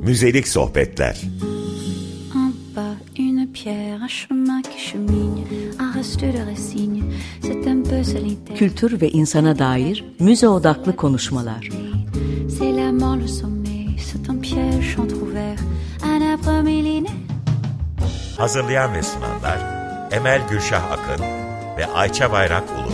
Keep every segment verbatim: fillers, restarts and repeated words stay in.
Müzelik sohbetler. En bas une pierre, un chemin qui chemine, un reste de racine, c'est un peu solitaire. Kültür ve insana dair müze odaklı konuşmalar. C'est la mort, le sommeil, c'est un piège entrouvert, un arbre millénaire. Hazırlayan ve sunanlar Emel Gülşah Akın ve Ayça Bayrak Ulu.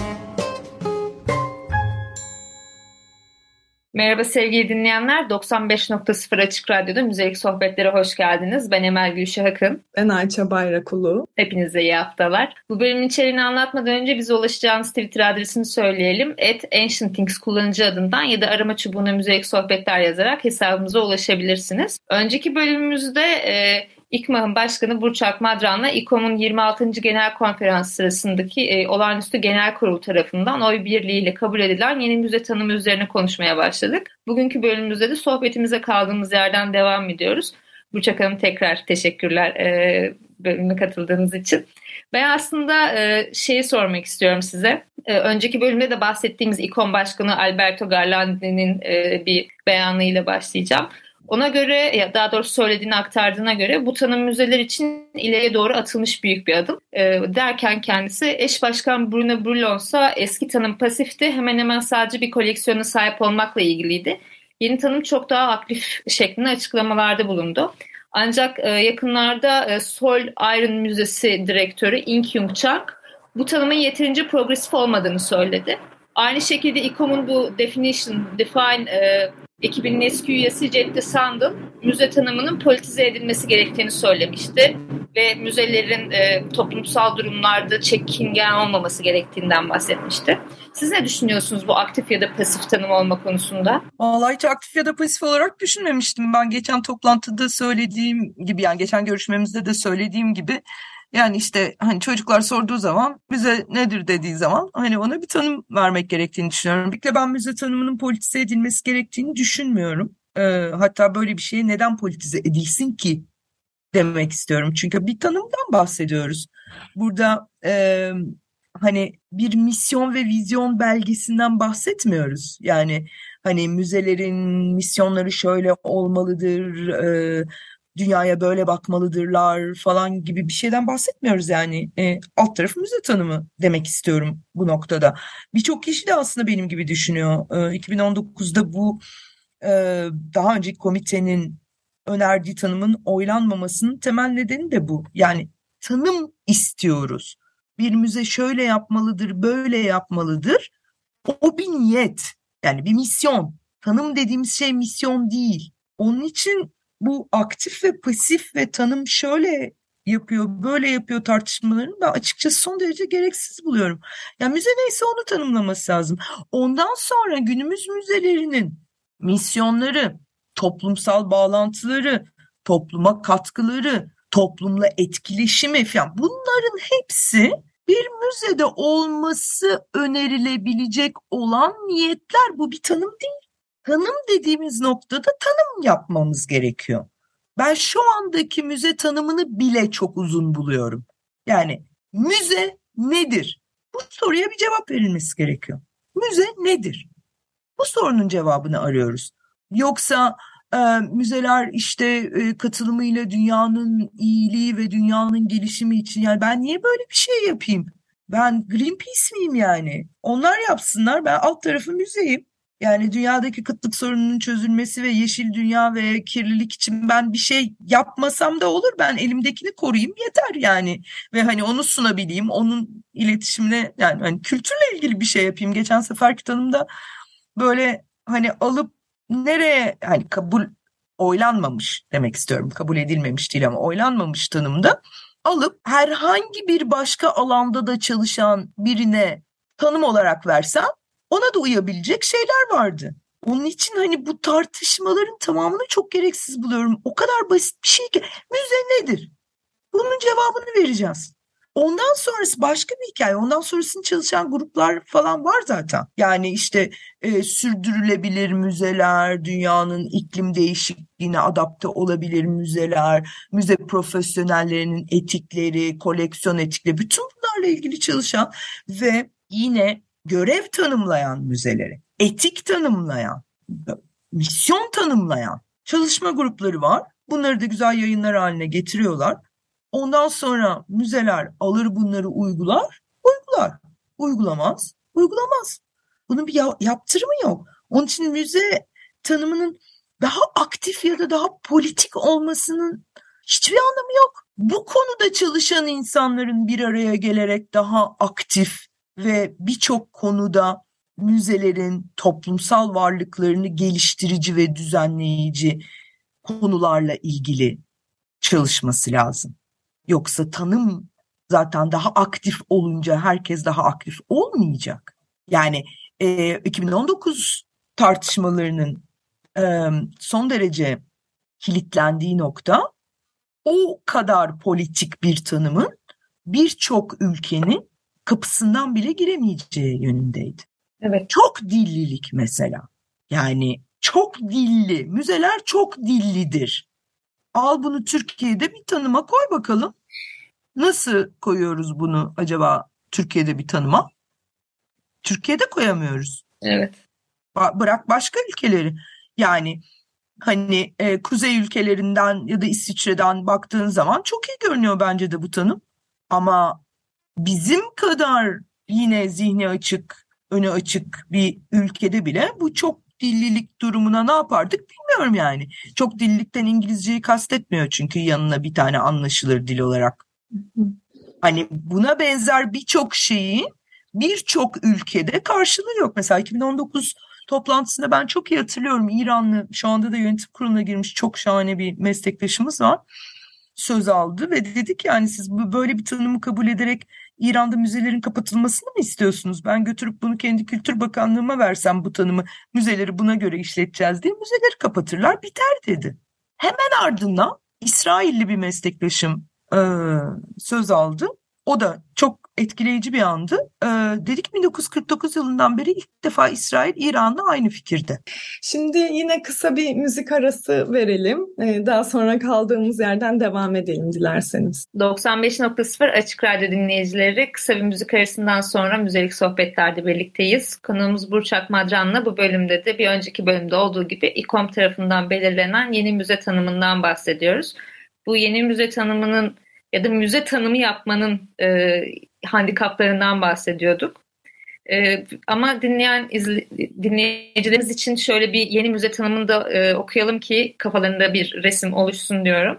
Merhaba sevgili dinleyenler, doksan beş nokta sıfır Açık Radyo'da Müzelik Sohbetlere hoş geldiniz. Ben Emel Gülşah Akın. Ben Ayça Bayrak Ulu. Hepinize iyi haftalar. Bu bölümün içeriğini anlatmadan önce bize ulaşacağınız Twitter adresini söyleyelim. at ancient things kullanıcı adından ya da arama çubuğuna Müzelik Sohbetler yazarak hesabımıza ulaşabilirsiniz. Önceki bölümümüzde e, İKMA'nın başkanı Burç Akmadran'la İKOM'un yirmi altıncı Genel Konferans sırasındaki e, olağanüstü genel kurul tarafından oy birliğiyle kabul edilen yeni müze tanımı üzerine konuşmaya başladık. Bugünkü bölümümüzde de sohbetimize kaldığımız yerden devam ediyoruz. Burç Hanım tekrar teşekkürler e, bölümüne katıldığınız için. Ben aslında e, şeyi sormak istiyorum size. E, önceki bölümde de bahsettiğimiz İKOM Başkanı Alberto Garlandi'nin e, bir beyanıyla başlayacağım. Ona göre, ya daha doğrusu söylediğini aktardığına göre bu tanım müzeler için ileriye doğru atılmış büyük bir adım. E, derken kendisi eş başkan Bruno Bullon'sa eski tanım pasifti, hemen hemen sadece bir koleksiyona sahip olmakla ilgiliydi. Yeni tanım çok daha aktif şeklinde açıklamalarda bulundu. Ancak e, yakınlarda e, Seoul Iron Müzesi direktörü In Kyung Chang bu tanımın yeterince progresif olmadığını söyledi. Aynı şekilde İKOM'un bu Definition, Define e, ekibinin eski üyesi Jette Sandel, müze tanımının politize edilmesi gerektiğini söylemişti ve müzelerin e, toplumsal durumlarda çekingen olmaması gerektiğinden bahsetmişti. Siz ne düşünüyorsunuz bu aktif ya da pasif tanım olma konusunda? Vallahi hiç aktif ya da pasif olarak düşünmemiştim. Ben geçen toplantıda söylediğim gibi, yani geçen görüşmemizde de söylediğim gibi, yani işte hani çocuklar sorduğu zaman müze nedir dediği zaman hani ona bir tanım vermek gerektiğini düşünüyorum. Bir de ben müze tanımının politize edilmesi gerektiğini düşünmüyorum. Ee, hatta böyle bir şeye neden politize edilsin ki demek istiyorum. Çünkü bir tanımdan bahsediyoruz. Burada e, hani bir misyon ve vizyon belgesinden bahsetmiyoruz. Yani hani müzelerin misyonları şöyle olmalıdır, e, dünyaya böyle bakmalıdırlar falan gibi bir şeyden bahsetmiyoruz yani. E, alt tarafı müze tanımı demek istiyorum bu noktada. Birçok kişi de aslında benim gibi düşünüyor. E, iki bin on dokuzda bu e, daha önceki komitenin önerdiği tanımın oylanmamasının temel nedeni de bu. Yani tanım istiyoruz. Bir müze şöyle yapmalıdır, böyle yapmalıdır. O bir niyet, yani bir misyon. Tanım dediğimiz şey misyon değil. Onun için bu aktif ve pasif ve tanım şöyle yapıyor, böyle yapıyor tartışmalarını ben açıkçası son derece gereksiz buluyorum. Yani müze neyse onu tanımlaması lazım. Ondan sonra günümüz müzelerinin misyonları, toplumsal bağlantıları, topluma katkıları, toplumla etkileşimi falan, bunların hepsi bir müzede olması önerilebilecek olan niyetler. Bu bir tanım değil. Tanım dediğimiz noktada tanım yapmamız gerekiyor. Ben şu andaki müze tanımını bile çok uzun buluyorum. Yani müze nedir? Bu soruya bir cevap verilmesi gerekiyor. Müze nedir? Bu sorunun cevabını arıyoruz. Yoksa e, müzeler işte e, katılımıyla dünyanın iyiliği ve dünyanın gelişimi için, yani ben niye böyle bir şey yapayım? Ben Greenpeace miyim yani? Onlar yapsınlar, ben alt tarafı müzeyim. Yani dünyadaki kıtlık sorununun çözülmesi ve yeşil dünya ve kirlilik için ben bir şey yapmasam da olur. Ben elimdekini koruyayım yeter yani. Ve hani onu sunabileyim, onun iletişimine, yani hani kültürle ilgili bir şey yapayım. Geçen seferki tanımda böyle hani alıp nereye, hani kabul oylanmamış demek istiyorum. Kabul edilmemiş değil ama oylanmamış tanımda alıp herhangi bir başka alanda da çalışan birine tanım olarak versem ona da uyabilecek şeyler vardı. Onun için hani bu tartışmaların tamamını çok gereksiz buluyorum. O kadar basit bir şey ki, müze nedir? Bunun cevabını vereceğiz. Ondan sonrası başka bir hikaye. Ondan sonrasını çalışan gruplar falan var zaten. Yani işte e, sürdürülebilir müzeler, dünyanın iklim değişikliğine adapte olabilir müzeler, müze profesyonellerinin etikleri, koleksiyon etikleri, bütün bunlarla ilgili çalışan ve yine görev tanımlayan müzeleri, etik tanımlayan, misyon tanımlayan Çalışma grupları var. Bunları da güzel yayınlar haline getiriyorlar. Ondan sonra müzeler alır bunları uygular, uygular. Uygulamaz, uygulamaz. Bunun bir ya- yaptırımı yok. Onun için müze tanımının daha aktif ya da daha politik olmasının hiçbir anlamı yok. Bu konuda çalışan insanların bir araya gelerek daha aktif ve birçok konuda müzelerin toplumsal varlıklarını geliştirici ve düzenleyici konularla ilgili çalışması lazım. Yoksa tanım zaten daha aktif olunca herkes daha aktif olmayacak. Yani e, iki bin on dokuz tartışmalarının e, son derece kilitlendiği nokta o kadar politik bir tanımın birçok ülkenin kapısından bile giremeyeceği yönündeydi. Evet. Çok dillilik mesela. Yani çok dilli. Müzeler çok dillidir. Al bunu Türkiye'de bir tanıma koy bakalım. Nasıl koyuyoruz bunu acaba Türkiye'de bir tanıma? Türkiye'de koyamıyoruz. Evet. Ba- bırak başka ülkeleri. Yani hani e, kuzey ülkelerinden ya da İsviçre'den baktığın zaman çok iyi görünüyor bence de bu tanım. Ama bizim kadar yine zihni açık, önü açık bir ülkede bile bu çok dillilik durumuna ne yapardık bilmiyorum yani. Çok dillilikten İngilizceyi kastetmiyor çünkü yanına bir tane anlaşılır dil olarak. Hani buna benzer birçok şeyi birçok ülkede karşılığı yok. Mesela iki bin on dokuz toplantısında ben çok iyi hatırlıyorum. İranlı, şu anda da yönetim kuruluna girmiş çok şahane bir meslektaşımız var. Söz aldı ve dedik yani siz böyle bir tanımı kabul ederek İran'da müzelerin kapatılmasını mı istiyorsunuz? Ben götürüp bunu kendi Kültür Bakanlığı'ma versem bu tanımı, müzeleri buna göre işleteceğiz diye müzeleri kapatırlar biter dedi. Hemen ardından İsrailli bir meslektaşım e, söz aldı. O da çok etkileyici bir andı. Ee, dedik bin dokuz yüz kırk dokuz yılından beri ilk defa İsrail İran'la aynı fikirde. Şimdi yine kısa bir müzik arası verelim. Ee, daha sonra kaldığımız yerden devam edelim dilerseniz. doksan beş nokta sıfır Açık Radyo dinleyicileri, kısa bir müzik arasından sonra müzelik sohbetlerde birlikteyiz. Konuğumuz Burçak Madran'la bu bölümde de bir önceki bölümde olduğu gibi İKOM tarafından belirlenen yeni müze tanımından bahsediyoruz. Bu yeni müze tanımının ya da müze tanımı yapmanın e, handikaplarından bahsediyorduk. E, ama dinleyen izle, dinleyicilerimiz için şöyle bir yeni müze tanımını da e, okuyalım ki kafalarında bir resim oluşsun diyorum.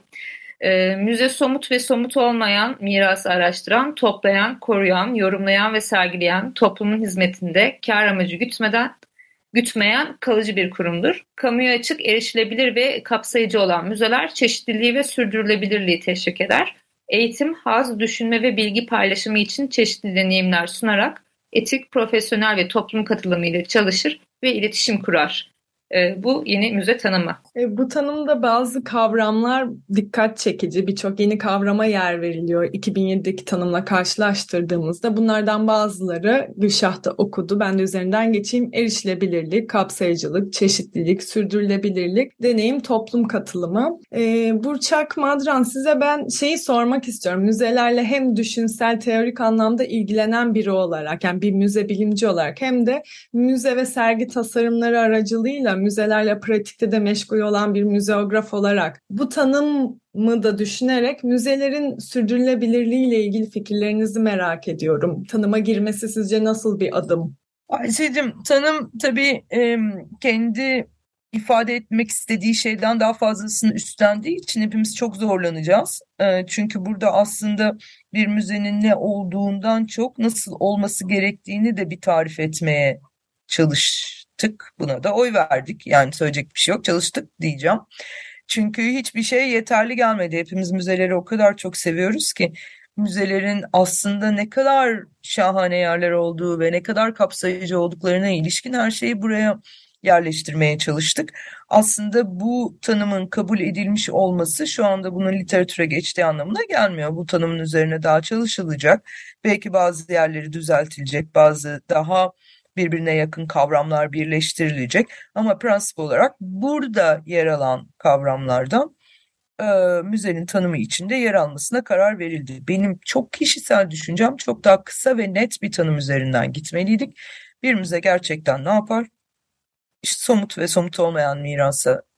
E, müze somut ve somut olmayan mirası araştıran, toplayan, koruyan, yorumlayan ve sergileyen, toplumun hizmetinde kar amacı gütmeden gütmeyen kalıcı bir kurumdur. Kamuya açık, erişilebilir ve kapsayıcı olan müzeler çeşitliliği ve sürdürülebilirliği teşvik eder. Eğitim, haz, düşünme ve bilgi paylaşımı için çeşitli deneyimler sunarak etik, profesyonel ve toplum katılımı ile çalışır ve iletişim kurar. E, bu yeni müze tanımı. E, bu tanımda bazı kavramlar dikkat çekici. Birçok yeni kavrama yer veriliyor. iki bin yedideki tanımla karşılaştırdığımızda bunlardan bazıları Gülşah da okudu. Ben de üzerinden geçeyim. Erişilebilirlik, kapsayıcılık, çeşitlilik, sürdürülebilirlik, deneyim, toplum katılımı. E, Burçak Madran, size ben şeyi sormak istiyorum. Müzelerle hem düşünsel, teorik anlamda ilgilenen biri olarak, yani bir müze bilimci olarak, hem de müze ve sergi tasarımları aracılığıyla müzelerle pratikte de meşgul olan bir müzeograf olarak bu tanımı da düşünerek müzelerin sürdürülebilirliği ile ilgili fikirlerinizi merak ediyorum. Tanıma girmesi sizce nasıl bir adım? Ayşe'cim, tanım tabii e, kendi ifade etmek istediği şeyden daha fazlasını üstlendiği için hepimiz çok zorlanacağız. E, çünkü burada aslında bir müzenin ne olduğundan çok nasıl olması gerektiğini de bir tarif etmeye çalıştık. Buna da oy verdik. Yani söyleyecek bir şey yok. Çalıştık diyeceğim. Çünkü hiçbir şey yeterli gelmedi. Hepimiz müzeleri o kadar çok seviyoruz ki müzelerin aslında ne kadar şahane yerler olduğu ve ne kadar kapsayıcı olduklarına ilişkin her şeyi buraya yerleştirmeye çalıştık. Aslında bu tanımın kabul edilmiş olması şu anda bunun literatüre geçtiği anlamına gelmiyor. Bu tanımın üzerine daha çalışılacak. Belki bazı yerleri düzeltilecek, bazı daha birbirine yakın kavramlar birleştirilecek. Ama prensip olarak burada yer alan kavramlardan e, müzenin tanımı içinde yer almasına karar verildi. Benim çok kişisel düşüncem çok daha kısa ve net bir tanım üzerinden gitmeliydik. Bir müze gerçekten ne yapar? İşte somut ve somut olmayan mirasa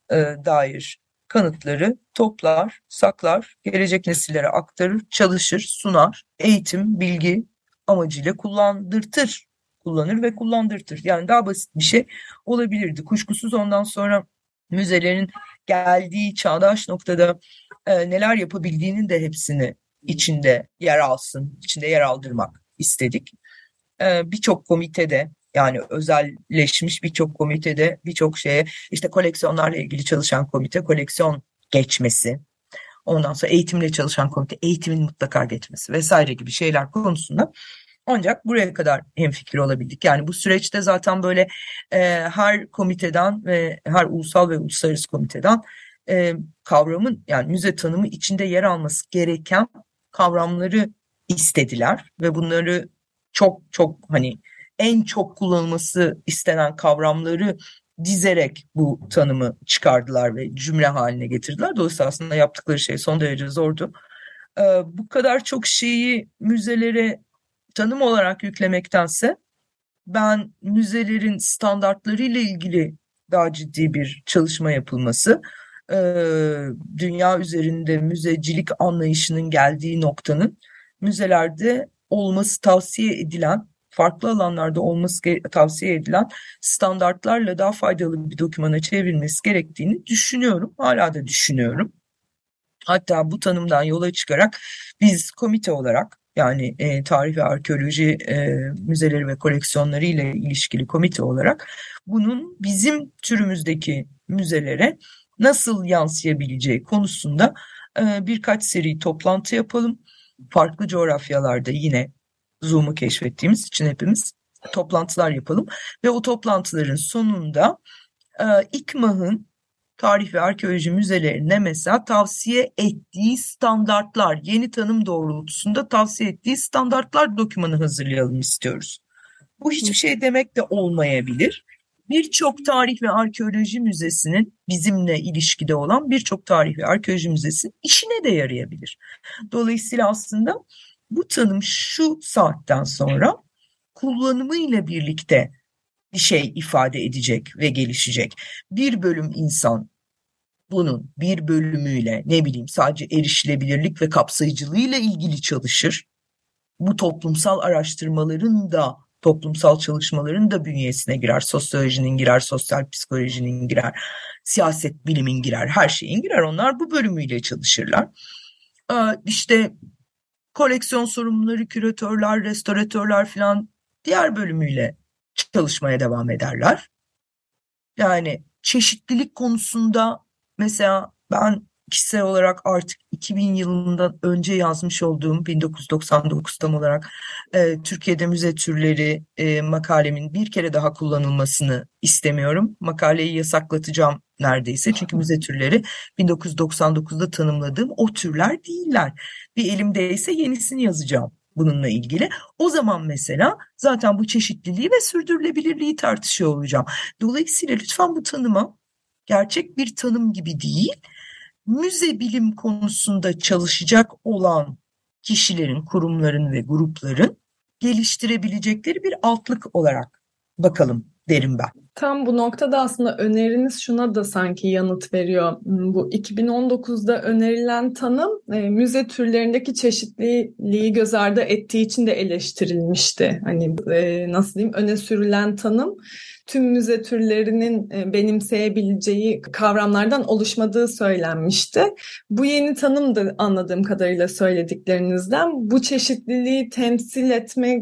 e, dair kanıtları toplar, saklar, gelecek nesillere aktarır, çalışır, sunar, eğitim, bilgi amacıyla kullandırtır, kullanır ve kullandırtır. Yani daha basit bir şey olabilirdi. Kuşkusuz ondan sonra müzelerin geldiği çağdaş noktada e, neler yapabildiğinin de hepsini içinde yer alsın, içinde yer aldırmak istedik. E, birçok komitede, yani özelleşmiş birçok komitede birçok şeye, işte koleksiyonlarla ilgili çalışan komite koleksiyon geçmesi, ondan sonra eğitimle çalışan komite eğitimin mutlaka geçmesi vesaire gibi şeyler konusunda ancak buraya kadar hemfikir olabildik. Yani bu süreçte zaten böyle e, her komiteden ve her ulusal ve uluslararası komiteden e, kavramın, yani müze tanımı içinde yer alması gereken kavramları istediler ve bunları çok çok hani en çok kullanılması istenen kavramları dizerek bu tanımı çıkardılar ve cümle haline getirdiler. Dolayısıyla aslında yaptıkları şey son derece zordu. Ee, bu kadar çok şeyi müzelere tanım olarak yüklemektense ben müzelerin standartlarıyla ilgili daha ciddi bir çalışma yapılması, e, dünya üzerinde müzecilik anlayışının geldiği noktanın müzelerde olması tavsiye edilen, farklı alanlarda olması tavsiye edilen standartlarla daha faydalı bir dokümana çevrilmesi gerektiğini düşünüyorum. Hala da düşünüyorum. Hatta bu tanımdan yola çıkarak biz komite olarak, yani e, tarih ve arkeoloji e, müzeleri ve koleksiyonları ile ilişkili komite olarak bunun bizim türümüzdeki müzelere nasıl yansıyabileceği konusunda e, birkaç seri toplantı yapalım. Farklı coğrafyalarda yine Zoom'u keşfettiğimiz için hepimiz toplantılar yapalım ve o toplantıların sonunda e, İKMAH'ın tarih ve arkeoloji müzelerine mesela tavsiye ettiği standartlar, yeni tanım doğrultusunda tavsiye ettiği standartlar dokümanı hazırlayalım istiyoruz. Bu hiçbir şey demek de olmayabilir. Birçok tarih ve arkeoloji müzesinin, bizimle ilişkide olan birçok tarih ve arkeoloji müzesinin işine de yarayabilir. Dolayısıyla aslında bu tanım şu saatten sonra kullanımıyla birlikte bir şey ifade edecek ve gelişecek. Bir bölüm insan bunun bir bölümüyle, ne bileyim, sadece erişilebilirlik ve kapsayıcılığıyla ilgili çalışır. Bu toplumsal araştırmaların da, toplumsal çalışmaların da bünyesine girer. Sosyolojinin girer, sosyal psikolojinin girer, siyaset bilimin girer, her şeyin girer. Onlar bu bölümüyle çalışırlar. İşte koleksiyon sorumluları, küratörler, restoratörler falan diğer bölümüyle çalışmaya devam ederler. Yani çeşitlilik konusunda mesela ben kişisel olarak artık iki bin yılından önce yazmış olduğum bin dokuz yüz doksan dokuz tam olarak e, Türkiye'de müze türleri e, makalemin bir kere daha kullanılmasını istemiyorum. Makaleyi yasaklatacağım neredeyse, çünkü müze türleri bin dokuz yüz doksan dokuzda tanımladığım o türler değiller. Bir elimdeyse yenisini yazacağım bununla ilgili. O zaman mesela zaten bu çeşitliliği ve sürdürülebilirliği tartışıyor olacağım. Dolayısıyla lütfen bu tanıma gerçek bir tanım gibi değil, müze bilim konusunda çalışacak olan kişilerin, kurumların ve grupların geliştirebilecekleri bir altlık olarak bakalım derim ben. Tam bu noktada aslında öneriniz şuna da sanki yanıt veriyor. Bu iki bin on dokuzda önerilen tanım e, müze türlerindeki çeşitliliği göz ardı ettiği için de eleştirilmişti. Hani e, nasıl diyeyim, öne sürülen tanım tüm müze türlerinin e, benimseyebileceği kavramlardan oluşmadığı söylenmişti. Bu yeni tanım da anladığım kadarıyla söylediklerinizden bu çeşitliliği temsil etme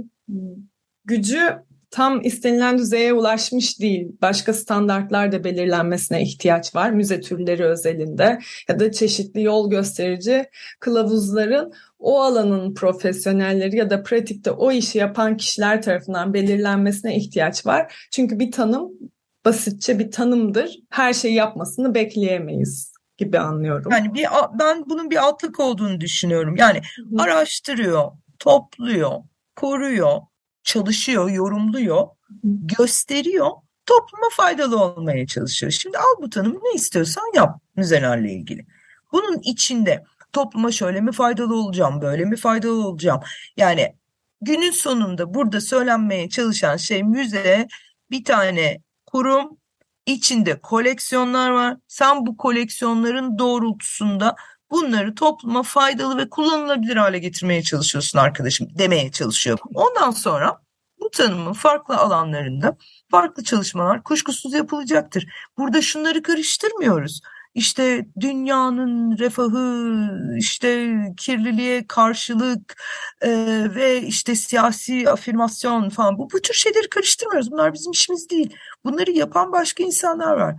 gücü tam istenilen düzeye ulaşmış değil. Başka standartlar da belirlenmesine ihtiyaç var müze türleri özelinde, ya da çeşitli yol gösterici kılavuzların o alanın profesyonelleri ya da pratikte o işi yapan kişiler tarafından belirlenmesine ihtiyaç var. Çünkü bir tanım basitçe bir tanımdır. Her şeyi yapmasını bekleyemeyiz gibi anlıyorum. Yani bir, ben bunun bir altlık olduğunu düşünüyorum. Yani Hı. araştırıyor, topluyor, koruyor, çalışıyor, yorumluyor, gösteriyor, topluma faydalı olmaya çalışıyor. Şimdi al bu tanımı, ne istiyorsan yap müzelerle ilgili. Bunun içinde topluma şöyle mi faydalı olacağım, böyle mi faydalı olacağım? Yani günün sonunda burada söylenmeye çalışan şey, müze bir tane kurum İçinde koleksiyonlar var. Sen bu koleksiyonların doğrultusunda bunları topluma faydalı ve kullanılabilir hale getirmeye çalışıyorsun arkadaşım demeye çalışıyor. Ondan sonra bu tanımın farklı alanlarında farklı çalışmalar kuşkusuz yapılacaktır. Burada şunları karıştırmıyoruz. İşte dünyanın refahı, işte kirliliğe karşılık e, ve işte siyasi afirmasyon falan bu, bu tür şeyleri karıştırmıyoruz. Bunlar bizim işimiz değil. Bunları yapan başka insanlar var.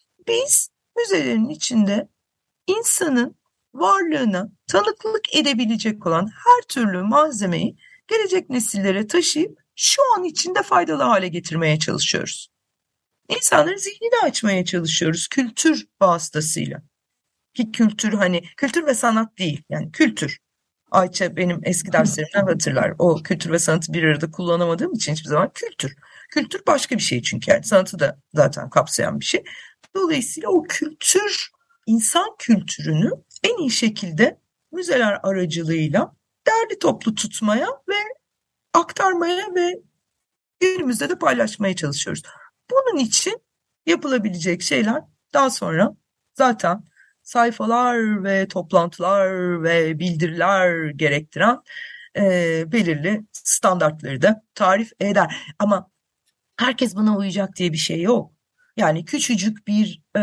Biz müzelerin içinde insanın varlığına tanıklık edebilecek olan her türlü malzemeyi gelecek nesillere taşıyıp şu an içinde faydalı hale getirmeye çalışıyoruz. İnsanların zihnini açmaya çalışıyoruz kültür vasıtasıyla. Ki kültür hani kültür ve sanat değil yani kültür. Ayça benim eski derslerimden hatırlar. O kültür ve sanatı bir arada kullanamadığım için hiçbir zaman kültür. Kültür başka bir şey çünkü yani sanatı da zaten kapsayan bir şey. Dolayısıyla o kültür, insan kültürünü en iyi şekilde müzeler aracılığıyla derli toplu tutmaya ve aktarmaya ve günümüzde de paylaşmaya çalışıyoruz. Bunun için yapılabilecek şeyler daha sonra zaten sayfalar ve toplantılar ve bildiriler gerektiren e, belirli standartları da tarif eder. Ama herkes buna uyacak diye bir şey yok. Yani küçücük bir e,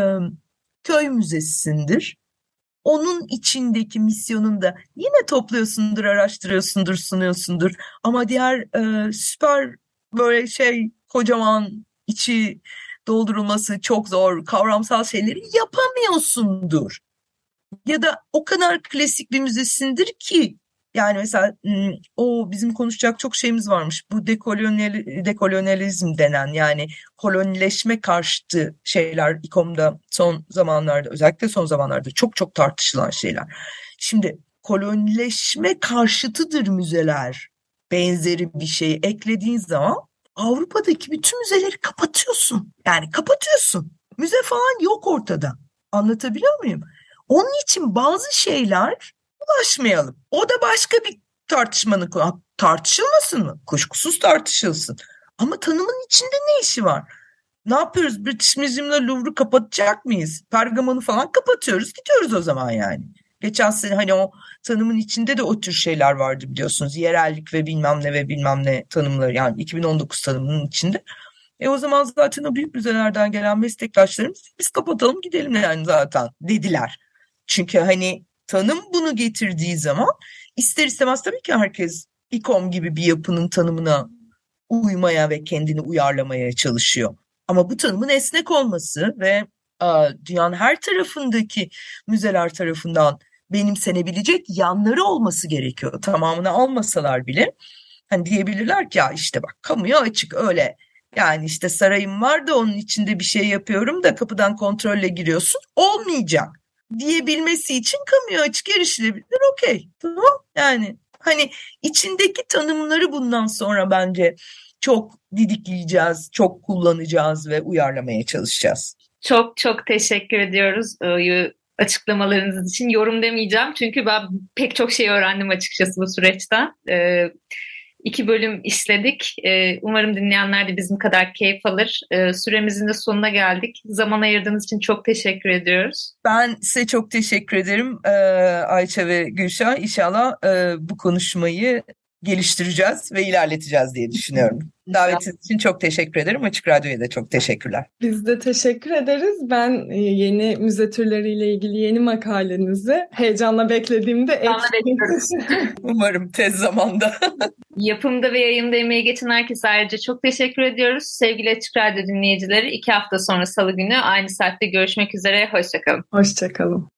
köy müzesisindir. Onun içindeki misyonun da yine topluyorsundur, araştırıyorsundur, sunuyorsundur. Ama diğer e, süper böyle şey kocaman içi doldurulması çok zor, kavramsal şeyleri yapamıyorsundur. Ya da o kadar klasik bir müzesindir ki yani mesela o bizim konuşacak çok şeyimiz varmış. Bu dekolonyal, dekolonyalizm denen yani kolonileşme karşıtı şeyler İKOM'da son zamanlarda özellikle son zamanlarda çok çok tartışılan şeyler. Şimdi kolonileşme karşıtıdır müzeler benzeri bir şey eklediğin zaman Avrupa'daki bütün müzeleri kapatıyorsun. Yani kapatıyorsun. Müze falan yok ortada. Anlatabiliyor muyum? Onun için bazı şeyler ulaşmayalım. O da başka bir tartışmanın konu. Tartışılmasın mı? Kuşkusuz tartışılsın. Ama tanımın içinde ne işi var? Ne yapıyoruz? British Museum'la Louvre'u kapatacak mıyız? Pergamon'u falan kapatıyoruz. Gidiyoruz o zaman yani. Geçen sene hani o tanımın içinde de o tür şeyler vardı biliyorsunuz. Yerellik ve bilmem ne ve bilmem ne tanımları yani iki bin on dokuz tanımının içinde. E o zaman zaten o büyük müzelerden gelen meslektaşlarımız biz kapatalım gidelim yani zaten dediler. Çünkü hani tanım bunu getirdiği zaman ister istemez tabii ki herkes İKOM gibi bir yapının tanımına uymaya ve kendini uyarlamaya çalışıyor. Ama bu tanımın esnek olması ve a, dünyanın her tarafındaki müzeler tarafından benimsenebilecek yanları olması gerekiyor. Tamamını almasalar bile hani diyebilirler ki ya işte bak kamuya açık öyle. Yani işte sarayım var da onun içinde bir şey yapıyorum da kapıdan kontrolle giriyorsun olmayacak diyebilmesi için kamuya açık erişilebilir okey tamam yani hani içindeki tanımları bundan sonra bence çok didikleyeceğiz, çok kullanacağız ve uyarlamaya çalışacağız. Çok çok teşekkür ediyoruz açıklamalarınız için. Yorum demeyeceğim çünkü ben pek çok şey öğrendim açıkçası bu süreçten. İki bölüm işledik. Umarım dinleyenler de bizim kadar keyif alır. Süremizin de sonuna geldik. Zaman ayırdığınız için çok teşekkür ediyoruz. Ben size çok teşekkür ederim Ayça ve Gülşah. İnşallah bu konuşmayı geliştireceğiz ve ilerleteceğiz diye düşünüyorum. Davetiniz için çok teşekkür ederim. Açık Radyo'ya da çok teşekkürler. Biz de teşekkür ederiz. Ben yeni müze türleriyle ilgili yeni makalenizi heyecanla beklediğimde ekledim. Umarım tez zamanda. Yapımda ve yayında emeği geçen herkese ayrıca çok teşekkür ediyoruz. Sevgili Açık Radyo dinleyicileri, iki hafta sonra Salı günü aynı saatte görüşmek üzere. Hoşçakalın. Hoşçakalın.